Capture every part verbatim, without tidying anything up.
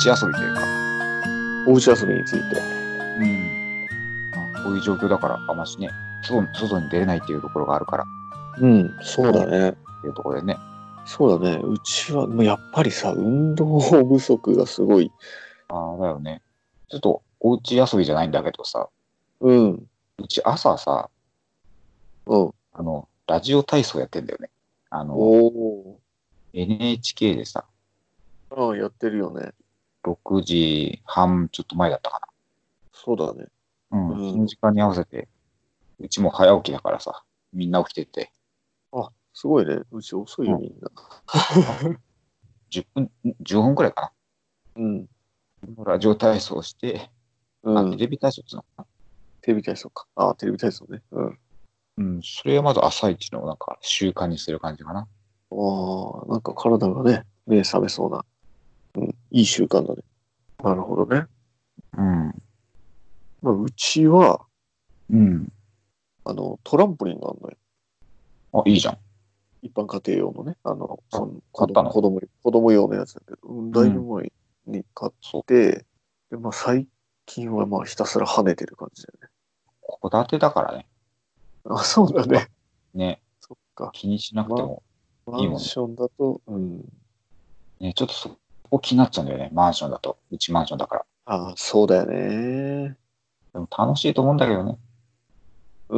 ち遊びというか、 おうち遊びについて。 うん、まあ、こういう状況だからあましね、外外に出れないっていうところがあるから、 うん、そうだね。 っていうところでね。 そうだね。うちは、もうやっぱりさ、運動不足がすごい。 ああ、だよね。ちょっとおうち遊びじゃないんだけどさ、 うん、 うち朝さ、 うん。 あの、ラジオ体操やってんだよね。あの、 おお。 エヌエイチケー でさ、 ああ、やってるよね。 ろくじはんちょっと前だったかそうだね。 な。うん、 うん。 その時間に合わせて、うちも早起きだからさ、みんな起きてて、 あ、すごいね。うち遅いよ、 うん、 みんな。 じゅっぷん、じゅっぷんくらいかうん、 な。ラジオ体操して、あ、テうん。 レビ体操っていうのかな。 テレビ体操か。ああ、テレビ体操ね。うん。 うん、それはまず朝一のなんか習慣にする感じかな。 ああ、なんか体がね、目覚めそうな。うん、いい習慣だね。なるほどね。 うん。 まあ、うちは、 うん。 あの、トランポリンがあるのよ。 あ、いいじゃん。 一般家庭用のね。あの、 あ、 その子供、 買ったの？ 子供、子供用のやつだけど、うん、だいぶうん。 前に買っそう。 て、で、まあ、最近はまあ、ひたすら跳ねてる感じだよね。 戸建てだからね。 あ、そうだあ、 ね。 ね。 そっか。 気にしなくてま、 もいいもんね。 マンションだと、うん。 ね、ちょっとそこ気になっちゃうんだよね。マンションだと。うちマンションだから。 ああ、そうだよね。 でも楽しいと思うんだけどね。 うん。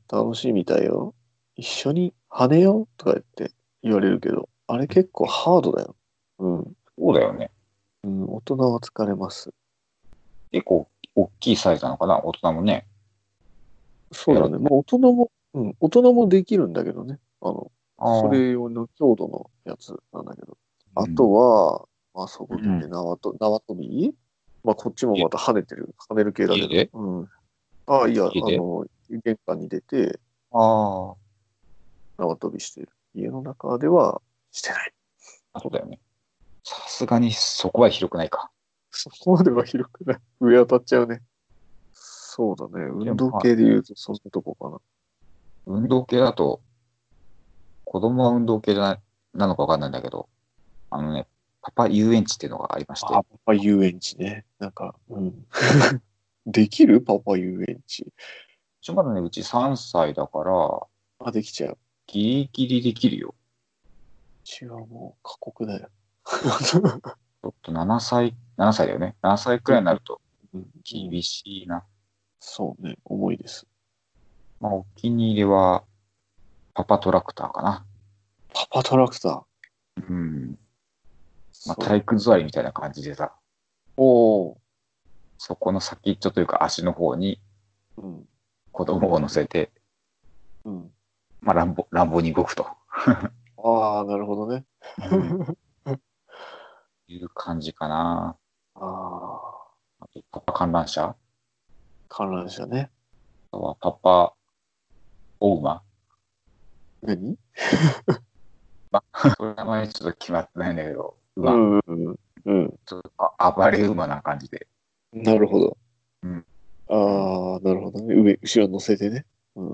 楽しいみたいよ。一緒に跳ねようとか言って言われるけど、あれ結構ハードだよ。うん。 そうだよね。 うん、大人は疲れます。 結構大きいサイズなのかな、大人もね。 そうだね。 やる。 まあ、大人も、うん、大人もできるんだけどね。あの、そああ、 れ用の強度のやつなんだけど。あとうん。 は、まあ、そこ出てうん。 縄と、縄跳び、まあ、こっちも家、 また跳ねてる、跳ねる系だけど。 家でうん。ああ、いや、あ家での、玄関に出て、 あ縄跳びしてる。家の中ではしてない。 あ、そうだよね。さすがにそこは広くないか。 そこまでは広くない。上当たっちゃうね。そうだね。運動でもまあ、 系で言うとそんなとこかな。 運動系だと、子供は運動系じゃない、なのかわかんないんだけど、あのね、パパ遊園地っていうのがありましああ、 て、 パパ遊園地ね。なんか、うん。できるパパ遊園地。 ちょまだね、うちさんさいだから、 あ、できちゃう。うギリギリできるよ。 ちはもう過酷だよ。 ちょっとななさい、ななさいだよね。ななさいくうんらいになるとうんうん、 厳しいな。 そうね、重いです。 まあ、お気に入りはパパトラクターかな。 パパトラクター。 うん。まあ、 そ体育座りみたいな感じでさ、 う。おー。 そこの先っちょというか足の方にうん。 子供を乗せて、 うん。 まあ、乱暴、乱暴に動くと。 ああ、なるほどね。 うん。いう感じかな。 ああ、 あと、パパ観覧車、あ観覧車ね。 とはパパお馬。 何？ まあ、それ名前ちょっと決まってないんだけど、馬。 うん、うん、うん。 ちょっとあ暴れ馬な感じで。 なるほど。 うん。うん。 ああ、なるほどね。上、後ろ乗せてね。うん。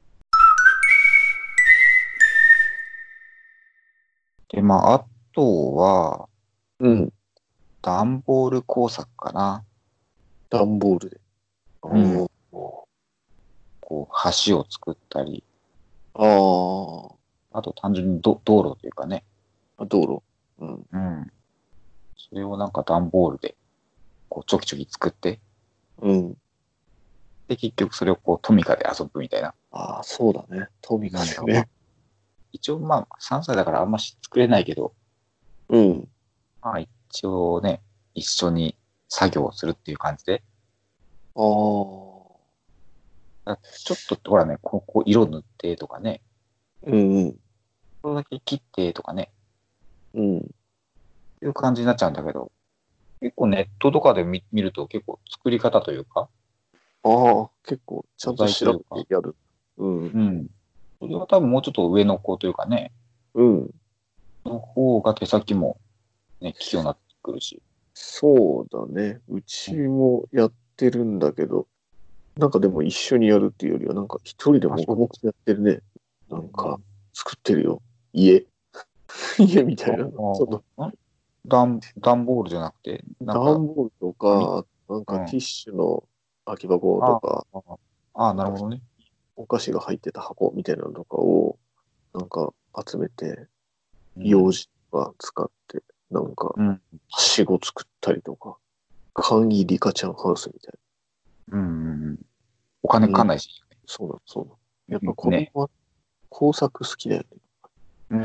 で、まあ、あとは、 うん。 段ボール工作かな。 段ボールで。 うん。 おお。 こう、橋を作ったり、 ああと単純にど道路というかね。 あ、道路。うん。 うん。それをなんか段ボールで、こう、ちょきちょき作って、 うん。 で、結局それをこう、トミカで遊ぶみたいな。 ああ、そうだね。トミうん。 カでね。 一応まあ、さんさいだからあんまし作れないけど、 うん。 まあ一応ね、一緒に作業をするっていう感じで、 ああ。 だちょっとほらね、ここ色塗ってとかね、 うんうん。 これだけ切ってとかね、 うん。 いう感じになっちゃうんだけど、結構ネットとかで見見ると結構作り方というか、 ああ、結構ちゃ素材とんと調いうか、 べてやる。うん。 うん。それは多分もうちょっと上の子というかね、 うん。 の方が手先もね、器用になってくるし。 そうだね。うちもやってるんだけど、なんかでも一緒にやるっていうよりは、なんか一人であ、そう。 黙々とやってるね。なんかうん。 作ってるよ。家。家みたいなの。その、 ああ、ん段、段ボールじゃなくて、なんか、 段ボールと紙か、なんうん。 かティッシュの空き箱とあか、 あ、ああ、 なんかなるほどね。 お菓子が入ってた箱みたいなのとかを、なんか集めて、 うん。 用紙とか使って、なんか、 うん。 はしご作ったりとか、簡易リカちゃんハウスみたいうんうんうん。お金な。うん、 かかんないし。 そうなの、そうなの。やっぱうんね。 子供は工作好きだよね。 うん。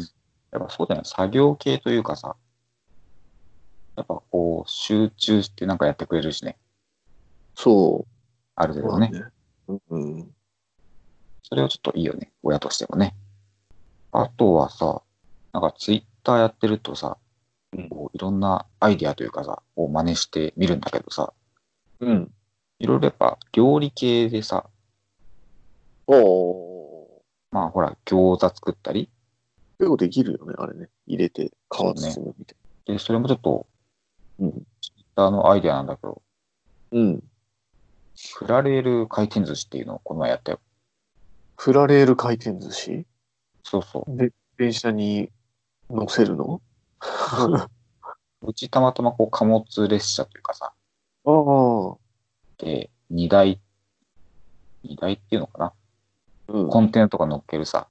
やっぱそうだよね。作業系というかさ、やっぱこう、集中してなんかやってくれるしね。 そある程う、 度ね。 まあね。うん、 それはちょっといいよね。親としてもね。あとはさ、なんかツイッターやってるとさ、 うん、 こういろんなアイディアというかさ、を真似してみるんだけどさ、 うん。 いろいろやっぱ料理系でさ、 おー、 まあほら、餃子作ったり、 結構できるよね、あれね。入れて、皮そうね。 包むみたいで、それもちょっと、 な。うん。 ツイッターのアイディアなんだけど、 うん。 プラレール回転寿司っていうのをこの前やったよ。 プラレール回転寿司そうそで、電車に乗せるの？ う。そうそう。うちたまたまこう貨物列車というかさ、 ああ、 で、荷台、荷台っていうのかな。 うん、 コンテナとか乗っけるさ、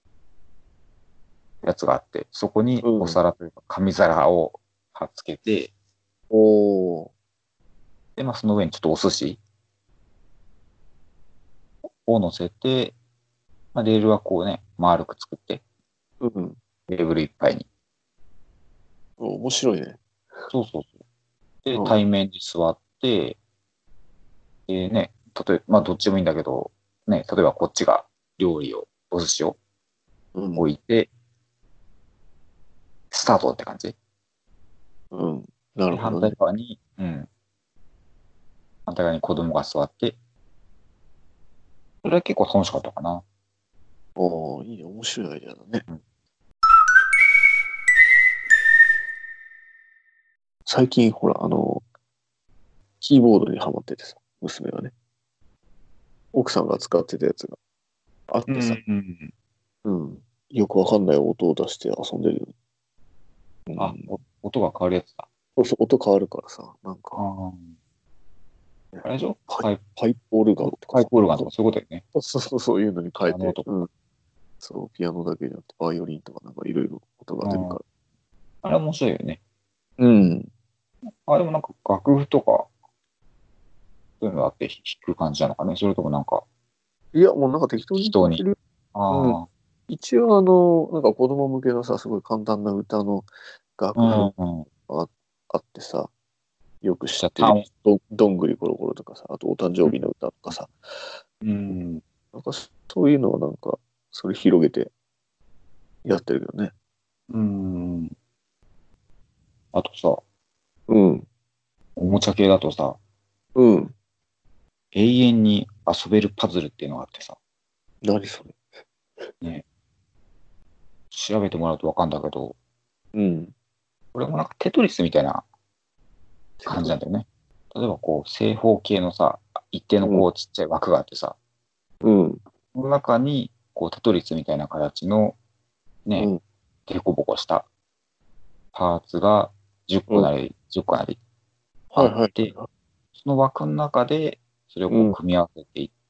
やつがあって、そこにおうん。 皿というか紙皿を貼っつけて、 おー、 で、まあその上にちょっとお寿司を乗せて、まあ、レールはこうね、丸く作って、 うん。 テーブルいっぱいに。 面白いね。 そうそうそう。で、 うん、 対面に座って、でね、例えば、まあどっちもいいんだけど、ね、例えばこっちが料理を、お寿司をうん、 置いて、スタートって感じ。 うん。なで、反対るほどね。 側に、うん、反対側に子供が座って、それは結構楽しかったかな。 おー、いいね。面白いアイデアだね。 うん。 最近、ほら、あの、キーボードにハマっててさ、娘がね、奥さんが使ってたやつがあっうん、 てさ、 うん。 うん。よくわかんない音を出して遊んでるよ。うあ、 ん。 お音が変わるやつだ。 そうそう、音変わるからさ、なんか、 あーあれでしょパイ、 パイプ、 パイプオルガンとかパイさ、 プオルガンとかそういうことだよね。 そうそう、そういうのに変えて、 ピアノとか。 うん。そう、ピアノだけじゃなくて、バイオリンとかなんかいろいろ音がうん。 出るから。 あれ面白いよね。 うん。 あ、でもなんか楽譜とか、そういうのあって弾く感じなのかね。それともなんか、 いや、もうなんか適当に適当に。 弾いてる。うん。 ああ、 一応あの、なんか子供向けのさ、すごい簡単な歌のう楽譜ん、うん。 があってさ、よく知じゃあ、 ってる。 単、 ど、どんぐりころころとかさ、あとお誕生日の歌とかさ、 うん、 なんかそういうのはなんか、それ広げてやってるけどね。 うん。あとさ、 うん。 おもちゃ系だとさ、 うん。 永遠に遊べるパズルっていうのがあってさ、 何それ。 ね、調べてもらうとわかんだけど、 うん。 これもなんかテトリスみたいなテトリ。 感じなんだよね。例えばこう、正方形のさ、一定のうん。 こうちっちゃい枠があってさ、 うん。 その中にこうテトリスみたいな形のね、 うん。 デコボコしたパーツがじゅっこうん。 なりじゅっこなりあはいって、 はいはいはい。 その枠の中でそれをうん。 こう組み合わせていって、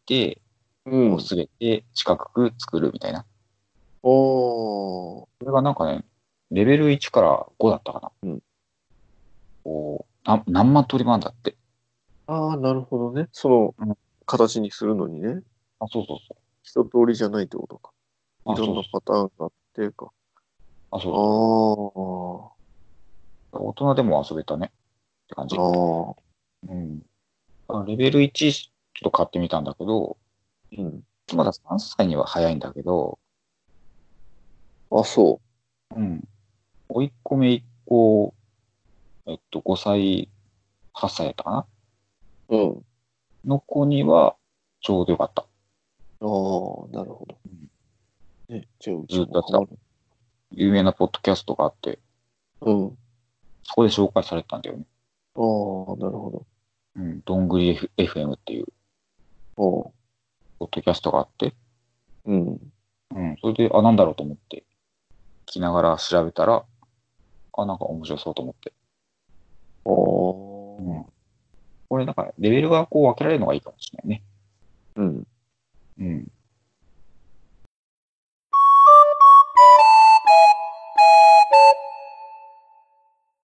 こううん。 すべて四角く作るみたいな。 おー。 それがなんかね、レベルいちからごだったかな。 うん。 こう、な何万通りもあるんだって。 ああ、なるほどね。そのうん。 形にするのにね。 あ、そうそうそう。 一通りじゃないってことか。いあ、 ろんそうそう。 なパターンがあってか。 あ、そうそあう。大人でも遊べたねって感あ、 じ。 ああ、 うん。あレベルいちちょっと買ってみたんだけど、 うん。 まださんさいには早いんだけど、 あ、そうん。甥っ子姪っ子、えっと、ごさい、はっさいだったかなう。うん。 の子にはちょうどよかった。 ああ、なるほど。 うん。 ね、じゃあうちずっとやってた。 もハマる。 有名なポッドキャストがあって、 うん。 そこで紹介されてたんだよね。 ああ、なるほど。 うん。どんぐり F- エフエム っていうああ、 ポッドキャストがあって、 うん。 うん。それで、あ、なんだろうと思って、聞きながら調べたら、 あ、なんか面白そうと思って。 おー。 うん。これ、なんか、レベルがこう分けられるのがいいかもしれないね。